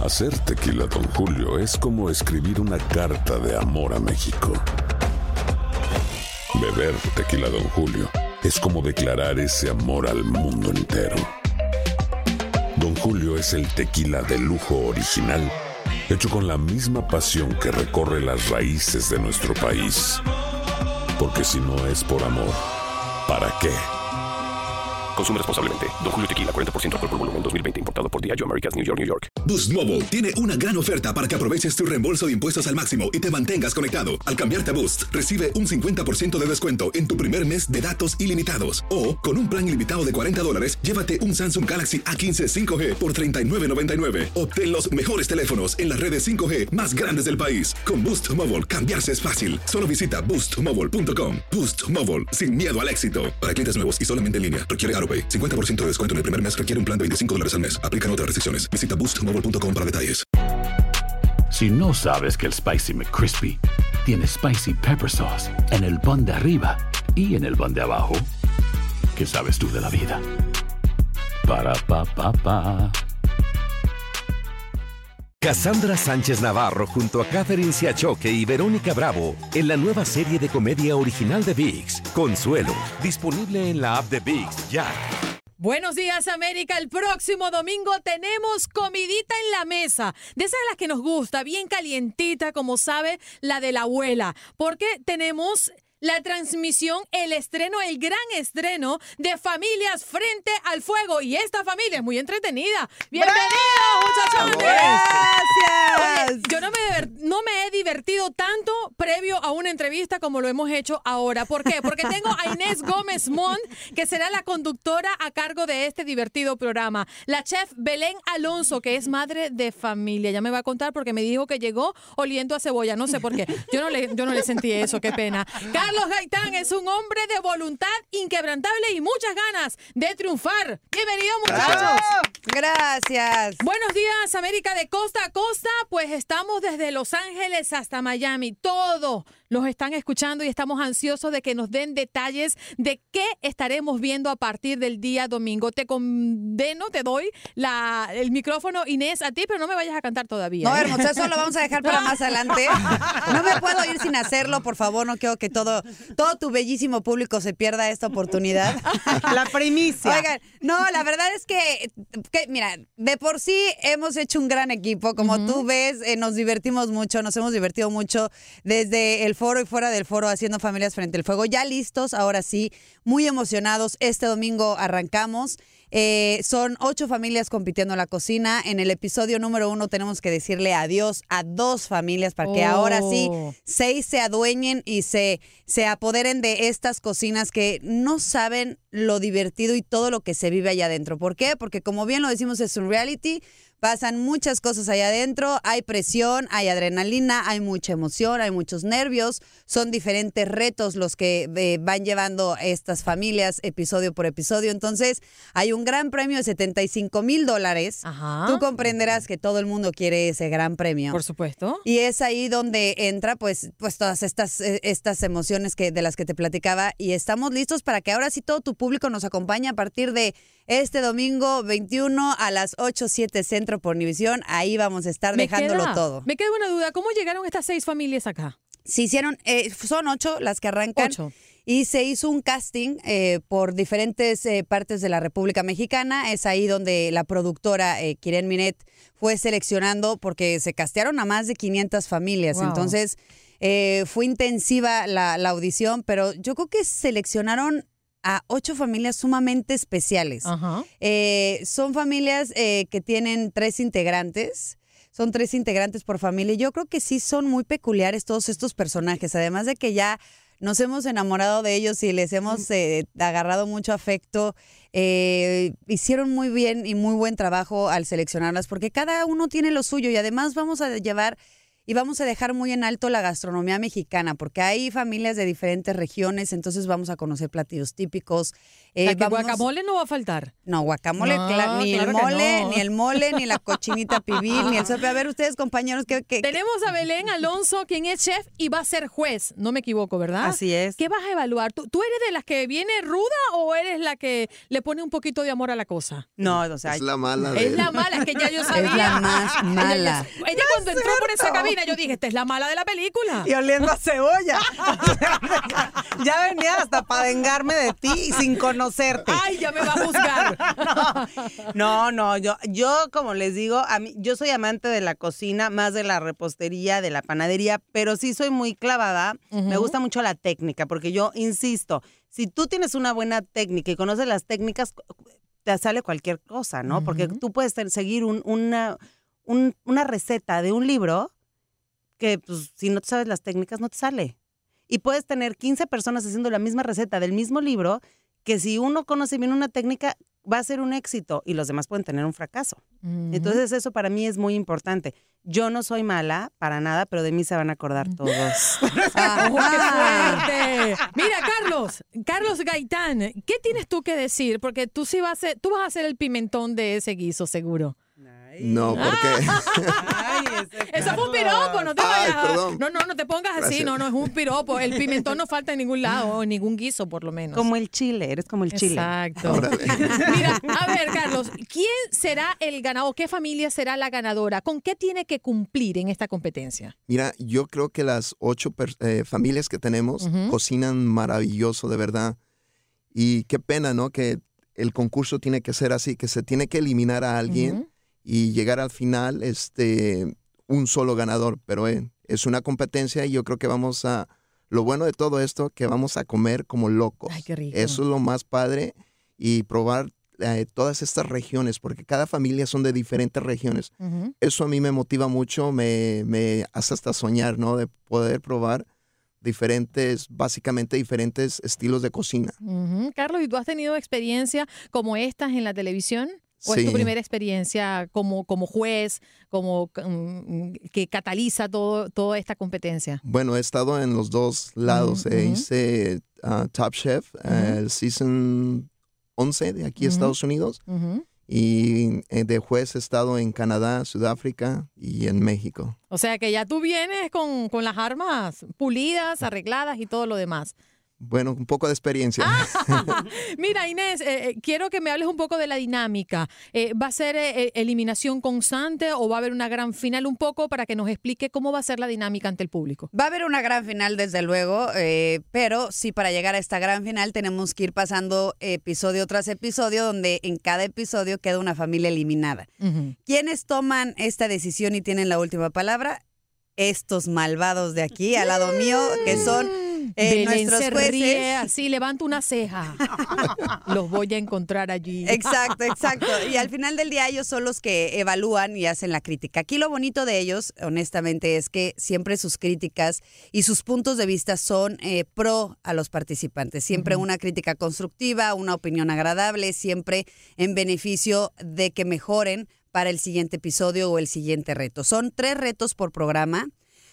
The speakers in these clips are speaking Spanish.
Hacer tequila Don Julio es como escribir una carta de amor a México. Beber tequila Don Julio es como declarar ese amor al mundo entero. Don Julio es el tequila de lujo original, hecho con la misma pasión que recorre las raíces de nuestro país. Porque si no es por amor, ¿para qué? Consume responsablemente. Don Julio Tequila, 40% alcohol por volumen, 2020. Importado por Diageo Americas, New York, New York. Boost Mobile tiene una gran oferta para que aproveches tu reembolso de impuestos al máximo y te mantengas conectado. Al cambiarte a Boost, recibe un 50% de descuento en tu primer mes de datos ilimitados. O, con un plan ilimitado de $40, llévate un Samsung Galaxy A15 5G por $39.99. Obtén los mejores teléfonos en las redes 5G más grandes del país. Con Boost Mobile, cambiarse es fácil. Solo visita boostmobile.com. Boost Mobile, sin miedo al éxito. Para clientes nuevos y solamente en línea, requiere AroPay. 50% de descuento en el primer mes requiere un plan de $25 al mes. Aplican otras restricciones. Visita boostmobile.com para detalles. Si no sabes que el Spicy McCrispy tiene Spicy Pepper Sauce en el pan de arriba y en el pan de abajo, ¿qué sabes tú de la vida? Para, pa, pa, pa. Cassandra Sánchez Navarro junto a Catherine Siachoque y Verónica Bravo en la nueva serie de comedia original de ViX, Consuelo, disponible en la app de ViX ya. Buenos días, América. El próximo domingo tenemos comidita en la mesa. De esas de las que nos gusta, bien calientita, como sabe la de la abuela. Porque tenemos la transmisión, el estreno, el gran estreno de Familias Frente al Fuego. Y esta familia es muy entretenida. ¡Bienvenidos, muchachones! ¡Gracias! Oye, yo no me he divertido tanto previo a una entrevista como lo hemos hecho ahora. ¿Por qué? Porque tengo a Inés Gómez Mont, que será la conductora a cargo de este divertido programa. La chef Belén Alonso, que es madre de familia. Ya me va a contar porque me dijo que llegó oliendo a cebolla. No sé por qué. Yo no le sentí eso. Qué pena. Carlos Gaitán es un hombre de voluntad inquebrantable y muchas ganas de triunfar. Bienvenidos, muchachos. Gracias. Buenos días, América, de costa a costa. Pues estamos desde Los Ángeles hasta Miami. Todos los están escuchando y estamos ansiosos de que nos den detalles de qué estaremos viendo a partir del día domingo. Te doy el micrófono, Inés, a ti, pero no me vayas a cantar todavía. No, hermoso, eso lo vamos a dejar para más adelante. No me puedo ir sin hacerlo, por favor. No quiero que todo tu bellísimo público se pierda esta oportunidad. La primicia. Oigan, no, la verdad es que mira, de por sí hemos hecho un gran equipo. Como tú ves, nos divertimos mucho, nos hemos divertido mucho desde el foro y fuera del foro haciendo Familias Frente al Fuego. Ya listos, ahora sí, muy emocionados. Este domingo arrancamos. Son 8 familias compitiendo en la cocina. En el episodio número 1 tenemos que decirle adiós a 2 familias para que ahora sí 6 se adueñen y se apoderen de estas cocinas que no saben lo divertido y todo lo que se vive allá adentro. ¿Por qué? Porque como bien lo decimos, es un reality. Pasan muchas cosas allá adentro, hay presión, hay adrenalina, hay mucha emoción, hay muchos nervios. Son diferentes retos los que van llevando estas familias episodio por episodio. Entonces, hay un gran premio de $75,000. Ajá. Tú comprenderás que todo el mundo quiere ese gran premio. Por supuesto. Y es ahí donde entra pues todas estas emociones de las que te platicaba. Y estamos listos para que ahora sí todo tu público nos acompañe a partir de este domingo 21 a las 8:07 Centro por Univisión. Ahí vamos a estar dejándolo todo. Me queda una duda. ¿Cómo llegaron estas 6 familias acá? Se hicieron, son 8 las que arrancan. 8. Y se hizo un casting por diferentes partes de la República Mexicana. Es ahí donde la productora Kiren Minet fue seleccionando, porque se castearon a más de 500 familias. Wow. Entonces fue intensiva la audición, pero yo creo que seleccionaron a 8 familias sumamente especiales. Ajá. Son familias que tienen 3 integrantes. Son 3 integrantes por familia. Yo creo que sí son muy peculiares todos estos personajes. Además de que ya nos hemos enamorado de ellos y les hemos agarrado mucho afecto. Hicieron muy bien y muy buen trabajo al seleccionarlas, porque cada uno tiene lo suyo. Y además vamos a llevar y vamos a dejar muy en alto la gastronomía mexicana, porque hay familias de diferentes regiones, entonces vamos a conocer platillos típicos. Guacamole no va a faltar. No, guacamole, No, ni claro el que mole, no. ni el mole, ni la cochinita pibil, ni el sope. A ver, ustedes, compañeros, ¿qué? Tenemos a Belén Alonso, quien es chef y va a ser juez. No me equivoco, ¿verdad? Así es. ¿Qué vas a evaluar? ¿Tú eres de las que viene ruda o eres la que le pone un poquito de amor a la cosa? No, o sea, Es la mala. Es la mala, es que ya yo sabía. es la más mala. Ella cuando entró por esa cabina, yo dije, esta es la mala de la película. Y oliendo a cebolla. Ya venía hasta para vengarme de ti sin conocerte. Ay, ya me va a juzgar. No, yo como les digo, yo soy amante de la cocina, más de la repostería, de la panadería, pero sí soy muy clavada. Me gusta mucho la técnica, porque yo insisto, si tú tienes una buena técnica y conoces las técnicas, te sale cualquier cosa, ¿no? Porque tú puedes seguir una receta de un libro que, pues, si no te sabes las técnicas, no te sale. Y puedes tener 15 personas haciendo la misma receta del mismo libro, que si uno conoce bien una técnica, va a ser un éxito y los demás pueden tener un fracaso. Entonces eso para mí es muy importante. Yo no soy mala para nada, pero de mí se van a acordar todos. ¡Qué fuerte! Mira, Carlos Gaitán, ¿qué tienes tú que decir? Porque tú vas a ser el pimentón de ese guiso, seguro. No, porque... Eso fue un piropo, no te Ay, vayas. perdón. No te pongas así, Gracias. no es un piropo. El pimentón no falta en ningún lado, en ningún guiso por lo menos. Como el chile, eres como el chile. Exacto. Órale. Mira, a ver, Carlos, ¿quién será el ganador? ¿Qué familia será la ganadora? ¿Con qué tiene que cumplir en esta competencia? Mira, yo creo que las 8 familias que tenemos cocinan maravilloso, de verdad. Y qué pena, ¿no? Que el concurso tiene que ser así, que se tiene que eliminar a alguien y llegar al final un solo ganador. Pero es una competencia y yo creo que lo bueno de todo esto, que vamos a comer como locos. Ay, qué rico. Eso es lo más padre, y probar todas estas regiones, porque cada familia son de diferentes regiones. Eso a mí me motiva mucho, me hace hasta soñar, ¿no? De poder probar básicamente diferentes estilos de cocina. Carlos, ¿y tú has tenido experiencia como estas en la televisión? ¿O Sí. es tu primera experiencia como juez, que cataliza toda esta competencia? Bueno, he estado en los dos lados. Hice Top Chef, el Season 11 de aquí, Estados Unidos. Y de juez he estado en Canadá, Sudáfrica y en México. O sea que ya tú vienes con las armas pulidas, arregladas y todo lo demás. Bueno, un poco de experiencia. Mira, Inés, quiero que me hables un poco de la dinámica. ¿Va a ser eliminación constante o va a haber una gran final un poco para que nos explique cómo va a ser la dinámica ante el público? Va a haber una gran final, desde luego, pero sí, para llegar a esta gran final tenemos que ir pasando episodio tras episodio, donde en cada episodio queda una familia eliminada. ¿Quiénes toman esta decisión y tienen la última palabra? Estos malvados de aquí, al lado mío, que son Belén nuestros se jueces. ríe así, levanta una ceja. Los voy a encontrar allí. Exacto. Y al final del día ellos son los que evalúan y hacen la crítica. Aquí lo bonito de ellos, honestamente, es que siempre sus críticas y sus puntos de vista son pro a los participantes. Siempre una crítica constructiva, una opinión agradable, siempre en beneficio de que mejoren para el siguiente episodio o el siguiente reto. Son 3 retos por programa.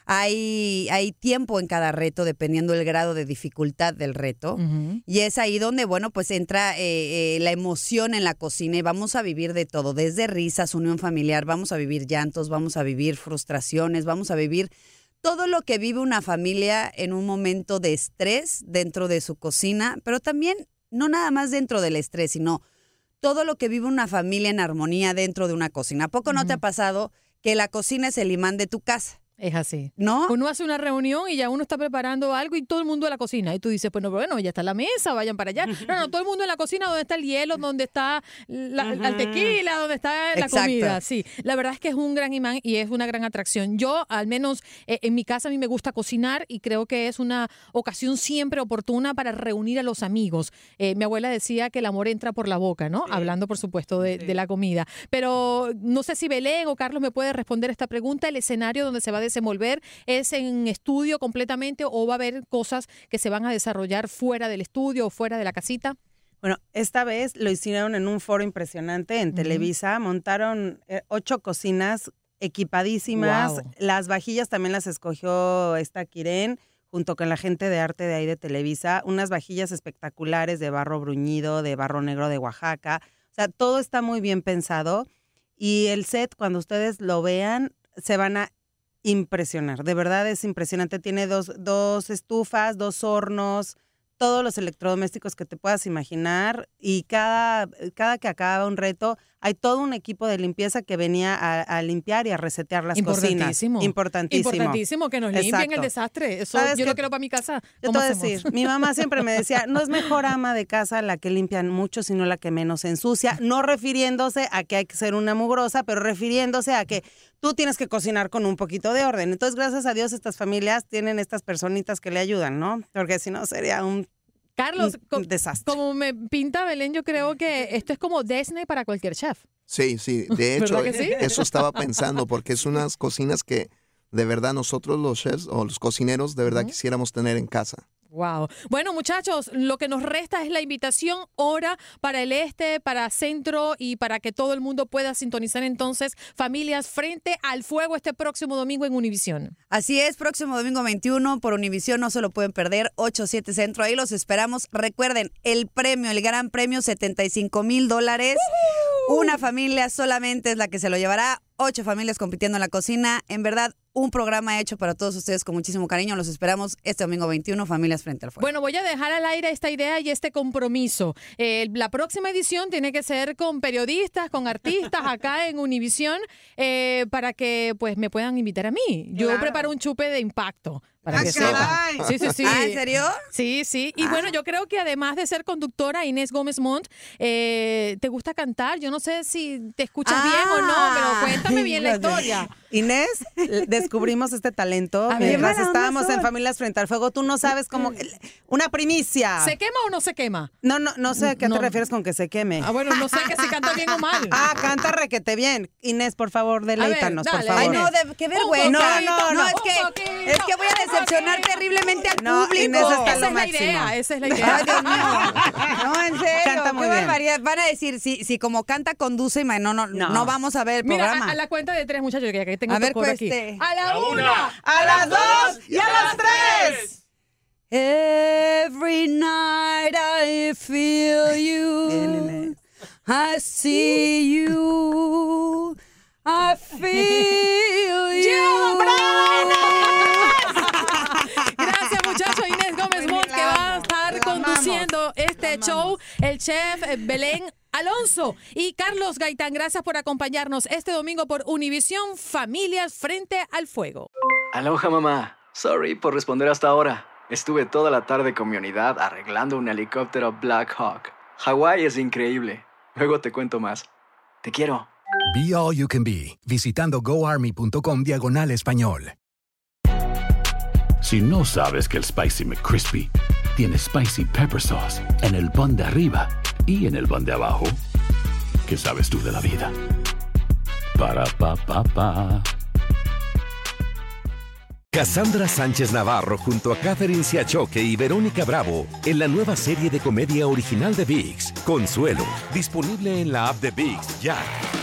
Hay tiempo en cada reto dependiendo del grado de dificultad del reto. Y es ahí donde, bueno, pues entra la emoción en la cocina y vamos a vivir de todo, desde risas, unión familiar, vamos a vivir llantos, vamos a vivir frustraciones, vamos a vivir todo lo que vive una familia en un momento de estrés dentro de su cocina, pero también no nada más dentro del estrés, sino todo lo que vive una familia en armonía dentro de una cocina. ¿A poco no te ha pasado que la cocina es el imán de tu casa? Es así. ¿No? Uno hace una reunión y ya uno está preparando algo y todo el mundo en la cocina. Y tú dices, bueno, ya está la mesa, vayan para allá. No, todo el mundo en la cocina, donde está el hielo, donde está el tequila, donde está la comida. Sí, la verdad es que es un gran imán y es una gran atracción. Yo, al menos en mi casa, a mí me gusta cocinar y creo que es una ocasión siempre oportuna para reunir a los amigos. Mi abuela decía que el amor entra por la boca, ¿no? Sí. Hablando, por supuesto, de la comida. Pero no sé si Belén o Carlos me puede responder esta pregunta. ¿El escenario donde se va a desenvolver es en estudio completamente o va a haber cosas que se van a desarrollar fuera del estudio o fuera de la casita? Bueno, esta vez lo hicieron en un foro impresionante en Televisa. Montaron 8 cocinas equipadísimas. Wow. Las vajillas también las escogió esta Kiren, junto con la gente de arte de ahí de Televisa. Unas vajillas espectaculares de barro bruñido, de barro negro de Oaxaca. O sea, todo está muy bien pensado. Y el set, cuando ustedes lo vean, se van a impresionar. De verdad es impresionante. Tiene dos estufas, 2 hornos, todos los electrodomésticos que te puedas imaginar. Y cada que acaba un reto, hay todo un equipo de limpieza que venía a limpiar y a resetear las cocinas. Importantísimo. Importantísimo que nos limpien Exacto. el desastre. Eso ¿Sabes yo qué? lo quiero para mi casa. Yo te ¿Cómo voy a hacemos? decir, mi mamá siempre me decía, no es mejor ama de casa la que limpian mucho, sino la que menos ensucia, no refiriéndose a que hay que ser una mugrosa, pero refiriéndose a que tú tienes que cocinar con un poquito de orden. Entonces, gracias a Dios, estas familias tienen estas personitas que le ayudan, ¿no? Porque si no, sería un Carlos, desastre. como me pinta Belén, yo creo que esto es como Disney para cualquier chef. Sí, de hecho, ¿Verdad que sí? eso estaba pensando, porque es unas cocinas que de verdad nosotros los chefs o los cocineros de verdad quisiéramos tener en casa. Wow. Bueno, muchachos, lo que nos resta es la invitación ahora para el este, para centro y para que todo el mundo pueda sintonizar entonces Familias Frente al Fuego este próximo domingo en Univisión. Así es, próximo domingo 21 por Univisión, no se lo pueden perder, 8-7 Centro, ahí los esperamos. Recuerden, el gran premio, $75,000. Una familia solamente es la que se lo llevará, 8 familias compitiendo en la cocina. En verdad, un programa hecho para todos ustedes con muchísimo cariño. Los esperamos este domingo 21, Familias Frente al Fuego. Bueno, voy a dejar al aire esta idea y este compromiso. La próxima edición tiene que ser con periodistas, con artistas acá en Univisión, para que pues me puedan invitar a mí. Yo preparo un chupe de impacto. Para que sepan. Sí. ¿Ah, en serio? Sí. Y bueno, yo creo que además de ser conductora, Inés Gómez Montt, ¿te gusta cantar? Yo no sé si te escuchas bien o no, pero cuéntame bien la historia. Inés, descubrimos este talento A ver. mientras estábamos en Familias Frente al Fuego. Tú no sabes cómo... Una primicia. ¿Se quema o no se quema? No sé a qué te refieres con que se queme. Ah, bueno, no sé que si canta bien o mal. Canta requete bien. Inés, por favor, deleítanos, dale. por favor. Ay, no, qué vergüenza. No, es que voy a decepcionar terriblemente al No, público. Inés está Esa lo es la máximo. idea, esa es la idea. Ay, Dios mío. No, en serio. Canta muy qué bien. barbaridad. Van a decir, si como canta, conduce, no vamos a ver el Mira, programa. a la cuenta de 3, muchachos, que tengo A ver, coro aquí. cueste. A la 1, A las 2 y a las 3. Every night I feel you. Bien, Inés. I see you. I feel you. Gracias, muchachos. Inés Gómez Montt, que va a estar conduciendo este show. El chef Belén Alonso y Carlos Gaitán, gracias por acompañarnos este domingo por Univisión Familias Frente al Fuego. Aloha, mamá. Sorry por responder hasta ahora. Estuve toda la tarde con mi unidad arreglando un helicóptero Black Hawk. Hawái es increíble. Luego te cuento más. Te quiero. Be All You Can Be, visitando goarmy.com/español. Si no sabes que el Spicy McCrispy tiene Spicy Pepper Sauce en el pan de arriba y en el pan de abajo, ¿qué sabes tú de la vida? Para, pa, pa, pa. Cassandra Sánchez Navarro junto a Catherine Siachoque y Verónica Bravo en la nueva serie de comedia original de ViX, Consuelo, disponible en la app de ViX ya.